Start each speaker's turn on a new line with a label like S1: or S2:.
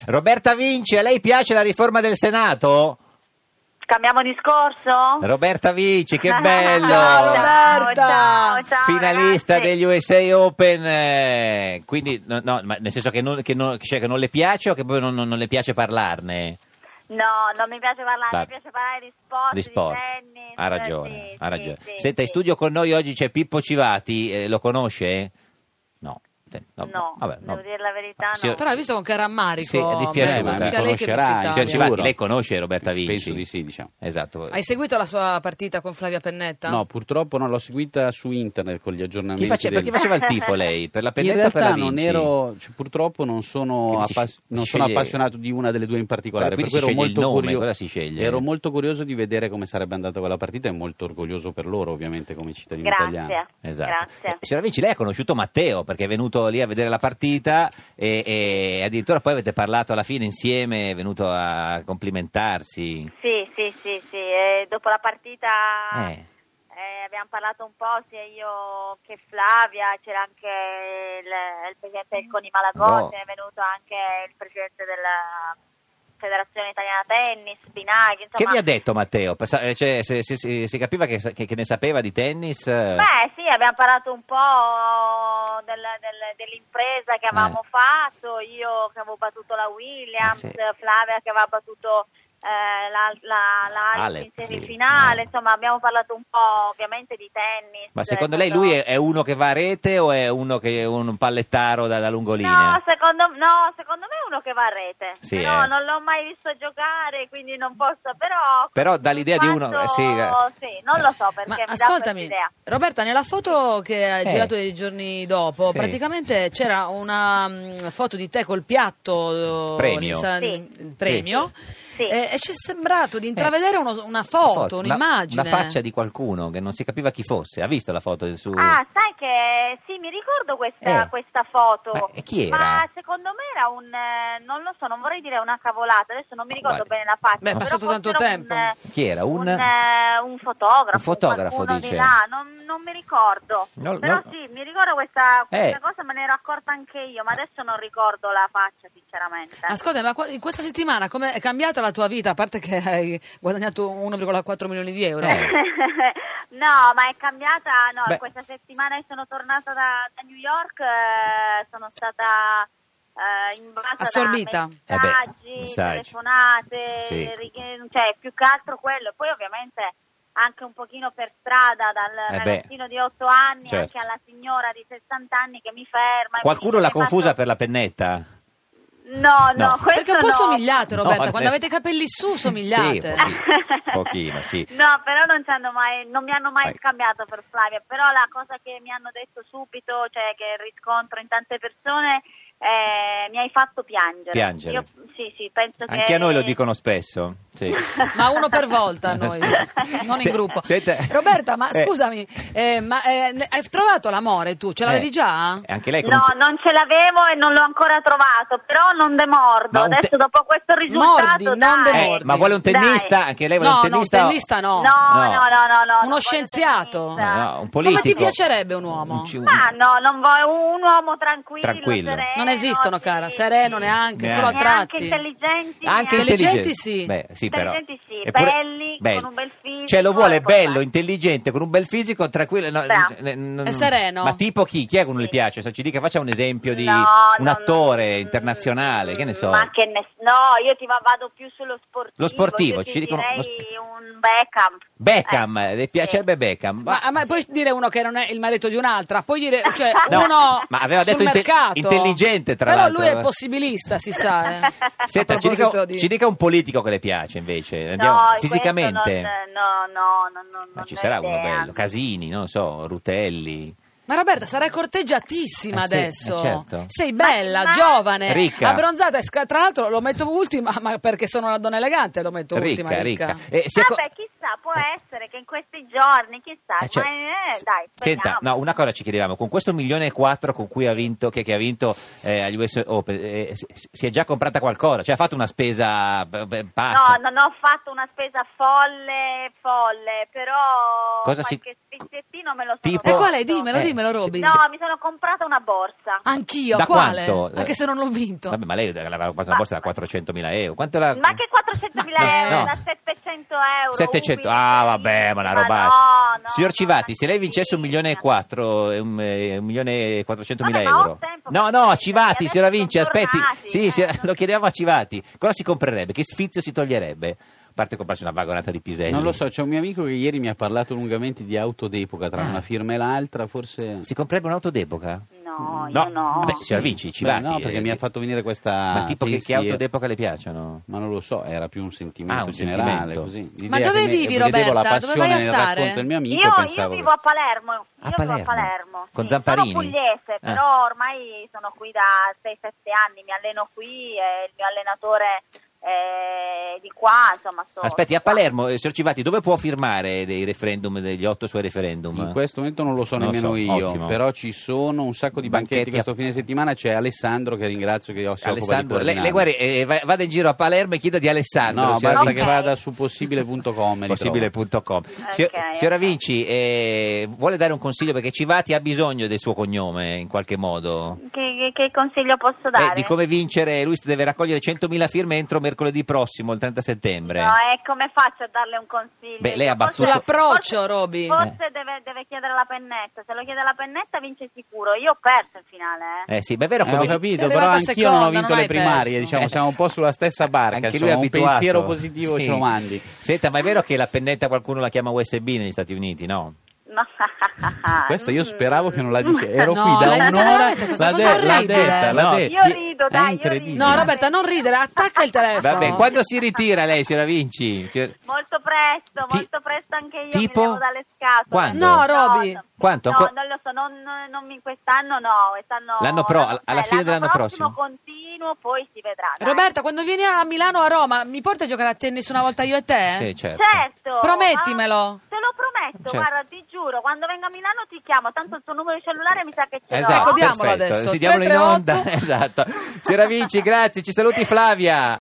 S1: Roberta Vinci, a lei piace la riforma del Senato?
S2: Cambiamo discorso?
S1: Roberta Vinci, che bello!
S3: Ciao Roberta!
S2: Ciao,
S1: Finalista
S2: ragazzi.
S1: degli USA Open, quindi no, ma nel senso che non le piace o che poi non le piace parlarne?
S2: No, non mi piace parlare,
S1: Va-
S2: mi piace parlare di sport,
S1: Di sport.
S2: tennis.
S1: Ha ragione,
S2: sì,
S1: ha ragione.
S2: sì,
S1: Senta, in
S2: sì.
S1: studio con noi oggi c'è Pippo Civati, lo conosce? No.
S2: No,
S1: Vabbè,
S2: devo dire la verità,
S1: Sì,
S2: no.
S3: Però hai visto con che rammarico.
S1: Sì, è dispiaciuto,
S3: sia
S1: ma
S3: lei che
S4: conoscerà,
S3: Miss
S1: Signor
S3: Italia.
S1: Civati,
S4: Sicuro.
S1: lei conosce Roberta Vinci?
S4: Penso di sì, diciamo.
S1: Esatto.
S3: Hai seguito la sua partita con Flavia Pennetta?
S4: No, purtroppo non l'ho seguita su internet con gli aggiornamenti.
S1: Per chi faceva il tifo lei? Per la
S4: In
S1: Pennetta o per la
S4: realtà
S1: Vinci?
S4: non ero, purtroppo non sono,
S1: Quindi si
S4: non
S1: sceglie-
S4: sono appassionato di una delle due in particolare.
S1: Quindi
S4: Per cui
S1: si sceglie il nome, cosa si sceglie?
S4: ero molto curioso di vedere come sarebbe andata quella partita e molto orgoglioso per loro, ovviamente, come cittadino italiano.
S2: Grazie.
S1: Esatto.
S2: Grazie.
S1: Signora Vinci, lei ha conosciuto Matteo perché è venuto lì a vedere la partita e addirittura poi avete parlato alla fine insieme, è venuto a complimentarsi.
S2: Sì. E dopo la partita abbiamo parlato un po', sia io che Flavia, c'era anche il presidente del CONI Malagozzi, è venuto anche il presidente della Federazione Italiana Tennis, Binaghi, insomma.
S1: Che vi ha detto Matteo? Cioè, si capiva che ne sapeva di tennis?
S2: Beh sì, abbiamo parlato un po' dell'impresa che avevamo fatto, io che avevo battuto la Williams,
S1: Sì.
S2: Flavia che aveva battuto la
S1: Alep,
S2: in semifinale,
S1: sì.
S2: insomma abbiamo parlato un po' ovviamente di tennis.
S1: Ma secondo lei lui è uno che va a rete o è uno che è un pallettaro da lungolinea?
S2: No, secondo me è uno che va a rete,
S1: Sì,
S2: però non l'ho mai visto giocare, quindi non posso, però
S1: dà l'idea di uno...
S2: sì, non lo so perché
S3: Ma
S2: mi dà
S3: ascoltami,
S2: quest'idea.
S3: Roberta, nella foto che hai girato dei giorni dopo,
S1: Sì.
S3: praticamente c'era una foto di te col piatto
S1: Premio.
S3: il premio.
S2: Sì.
S3: E ci è sembrato di intravedere una foto, un'immagine.
S1: Una faccia di qualcuno che non si capiva chi fosse. Ha visto la foto su...
S2: Ah, sai che sì, mi ricordo questa foto.
S1: Ma chi era?
S2: Ma secondo me era non lo so, non vorrei dire una cavolata, adesso non mi ricordo
S1: Guardi.
S2: bene la faccia.
S3: Beh, è
S2: però
S3: passato
S2: forse
S3: tanto
S2: era
S3: tempo.
S1: Chi era?
S2: Un fotografo.
S1: Un fotografo,
S2: qualcuno
S1: dice.
S2: di là, non mi ricordo. Però sì, mi ricordo questa cosa, me ne ero accorta anche io, ma adesso non ricordo la faccia, sinceramente.
S3: Ascolta, ma in questa settimana come è cambiata la tua vita, a parte che hai guadagnato 1,4 milioni di euro?
S2: No, ma è cambiata,
S1: Beh.
S2: questa settimana che sono tornata da New York, sono stata invasa
S3: Assorbita.
S2: da messaggi, telefonate,
S1: Sì.
S2: cioè più che altro quello, e poi ovviamente anche un pochino per strada, dal ragazzino di 8 anni
S1: certo.
S2: anche alla signora di 60 anni che mi ferma. e
S1: Qualcuno
S2: mi
S1: l'ha
S2: dice,
S1: confusa per la Pennetta?
S2: No,
S1: No.
S2: questo
S3: Perché un po'
S2: no.
S3: somigliate, Roberta,
S1: No,
S3: quando avete i capelli su somigliate.
S1: Sì, pochino, sì.
S2: No, però non mi hanno mai scambiato per Flavia, però la cosa che mi hanno detto subito, cioè che riscontro in tante persone, mi hai fatto piangere.
S1: Piangere.
S2: Io, sì, penso che...
S1: Anche a noi lo dicono spesso. Sì.
S3: Ma uno per volta noi, non in gruppo.
S1: Senta-
S3: Roberta, ma scusami, hai trovato l'amore tu? Ce l'avevi già?
S1: Anche lei
S2: No, non ce l'avevo e non l'ho ancora trovato, però non demordo.
S1: Ma un
S2: Adesso dopo questo risultato,
S3: Mordi, non
S2: dai.
S3: demordi.
S1: ma vuole un tennista?
S2: Dai.
S1: Anche lei vuole
S3: No,
S1: un
S3: no, un
S1: tennista?
S3: tennista no.
S2: No.
S3: Uno
S2: non voglio
S3: scienziato.
S2: tennista.
S1: No, un politico.
S3: Come ti piacerebbe un uomo?
S2: Ma no, non voglio un uomo tranquillo. Sereno,
S3: Non esistono,
S2: sì.
S3: cara, sereno neanche, solo a
S1: Neanche.
S2: Neanche
S3: tratti.
S2: intelligenti.
S1: Anche
S2: neanche-
S3: Intelligenti sì.
S1: Beh, sì, però.
S2: Intelligenti sì,
S1: Eppure-
S2: belli, con un bel fisico.
S1: Cioè lo vuole
S2: e poi
S1: bello,
S2: vai.
S1: intelligente, con un bel fisico, tranquillo.
S2: Bravo.
S3: E sereno.
S1: Ma tipo chi? Chi è che non gli piace? Se ci dica, faccia un esempio di
S2: No,
S1: un
S2: no,
S1: attore
S2: no.
S1: internazionale, che ne so.
S2: Ma che no, io vado più sullo sportivo.
S1: Lo sportivo,
S2: io
S1: ci
S2: ti
S1: dicono
S2: direi
S1: lo
S2: un Beckham.
S1: Beckham, le piacerebbe
S2: sì.
S1: Beckham.
S3: Ma puoi dire uno che non è il marito di un'altra, puoi dire cioè,
S1: No,
S3: uno
S1: ma aveva
S3: sul
S1: detto
S3: mercato.
S1: intelligente, tra
S3: Però
S1: l'altro.
S3: lui è possibilista, si sa.
S1: Senta,
S3: A proposito di-
S1: ci dica un politico che le piace invece.
S2: No,
S1: Fisicamente.
S2: non
S1: Ma ci sarà uno
S2: idea.
S1: bello, Casini, non lo so, Rutelli.
S3: Ma Roberta, sarai corteggiatissima
S1: Sì,
S3: adesso.
S1: certo.
S3: Sei bella,
S2: Ma-
S3: giovane,
S1: Ricca.
S3: abbronzata. Tra l'altro lo metto ultima, ma perché sono una donna elegante lo metto ultima.
S1: Ricca.
S3: Ricca.
S1: Si è co-
S2: Vabbè, chissà. chissà, può essere che in questi giorni, chissà,
S1: cioè,
S2: dai,
S1: senta, no, una cosa ci chiedevamo, con questo 1,4 milioni con cui ha vinto, che ha vinto agli US Open, si è già comprata qualcosa? Cioè ha fatto una spesa pazza?
S2: No, non ho fatto una spesa folle, però qualche spizzettino me lo sono
S1: tipo...
S3: E qual è? Dimmelo, Roby.
S2: No, mi sono comprata una borsa.
S3: Anch'io,
S1: da
S3: quale?
S1: quanto?
S3: Anche se non l'ho vinto.
S1: Vabbè, ma lei aveva comprato una borsa da 400.000 euro. Quanto la...
S2: Ma che 400.000 euro?
S1: No.
S2: Da 700 euro.
S1: 700, vabbè, ma una roba.
S2: No,
S1: Signor Civati, se lei vincesse 1,4 milioni, 1.400.000 euro. No, Civati, signora Vinci, aspetti. Sì, lo chiediamo a Civati. Cosa si comprerebbe? Che sfizio si toglierebbe? A parte comprarsi una vagonata di piselli.
S4: Non lo so, c'è un mio amico che ieri mi ha parlato lungamente di auto d'epoca, tra una firma e l'altra, forse...
S1: Si comprerebbe un'auto d'epoca?
S2: No, io no.
S1: Vabbè, signora Vinci, Civati.
S4: No, perché mi ha fatto venire questa...
S1: Ma tipo che auto d'epoca le piacciono?
S4: Ma non lo so, era più un sentimento
S1: un
S4: generale,
S1: sentimento.
S4: così.
S3: Ma dove vivi, Roberta?
S4: La
S3: Dove vai a
S4: passione nel
S3: stare?
S4: racconto del mio amico,
S2: Io
S4: pensavo...
S2: vivo a Palermo.
S1: A Palermo? Con
S2: Sì,
S1: Zamparini?
S2: sono pugliese, però ormai sono qui da 6-7 anni, mi alleno qui e il mio allenatore di qua, insomma.
S1: Aspetti, a Palermo, signor Civati, dove può firmare dei referendum, degli 8 suoi referendum?
S4: In questo momento non lo so nemmeno io,
S1: ottimo.
S4: però ci sono un sacco di banchetti questo fine settimana. C'è Alessandro, che ringrazio, che si occupa di coordinare.
S1: Lei guardi, vada in giro a Palermo e chieda di Alessandro.
S4: No, basta
S1: Vinci.
S4: che vada su possibile.com.
S1: Possibile.com. Signora Vinci, vuole dare un consiglio, perché Civati ha bisogno del suo cognome in qualche modo?
S2: Che consiglio posso dare?
S1: Di come vincere. Lui deve raccogliere 100.000 firme entro mercoledì prossimo, il 30 settembre.
S2: No, e come faccio a darle un consiglio?
S1: Beh, lei ha battuto...
S3: Sull'approccio, Roby.
S2: Forse deve chiedere la pennetta. Se lo chiede la pennetta vince sicuro. Io ho perso il finale.
S1: Sì, ma è vero come...
S4: Ho capito,
S3: Sei
S4: però
S3: arrivata
S4: anch'io non ho
S3: seconda,
S4: vinto
S3: non
S4: le
S3: hai
S4: primarie,
S3: perso.
S4: diciamo, siamo un po' sulla stessa barca.
S1: Anche lui è
S4: un
S1: abituato.
S4: pensiero positivo
S1: Sì.
S4: ce lo mandi.
S1: Senta, ma è vero che la pennetta qualcuno la chiama USB negli Stati Uniti, no?
S2: No.
S4: Questo io speravo che non la dicesse. Ero
S3: No,
S4: qui da
S3: l'hai detta
S4: un'ora,
S3: veramente, questa cosa
S4: l'ha
S3: orribile.
S4: detta.
S1: No.
S2: Io rido,
S4: È
S2: dai, io
S4: incredibile.
S2: rido.
S3: No, Roberta, non ridere, attacca il telefono.
S1: Vabbè, quando si ritira lei, signora Vinci?
S2: Molto presto anche io
S1: tipo?
S2: mi levo dalle scatole.
S1: Quando?
S3: No, Roby.
S1: Quanto?
S2: No, non lo so, non quest'anno no,
S1: alla fine dell'anno prossimo.
S2: Continuo, poi si vedrà. Dai.
S3: Roberta, quando vieni a Milano o a Roma, mi porti a giocare a tennis una volta io e te?
S1: Sì, certo.
S2: Certo.
S3: Promettimelo.
S2: Te lo prometto,
S1: Certo.
S2: guarda, ti giuro, quando vengo a Milano ti chiamo, tanto il tuo numero di cellulare mi sa che ce l'ho.
S1: Esatto,
S3: Ecco, diamolo
S1: perfetto.
S3: adesso.
S1: Sì, diamolo in onda.
S3: 338.
S1: Esatto. Signora Vinci, grazie, ci saluti Flavia.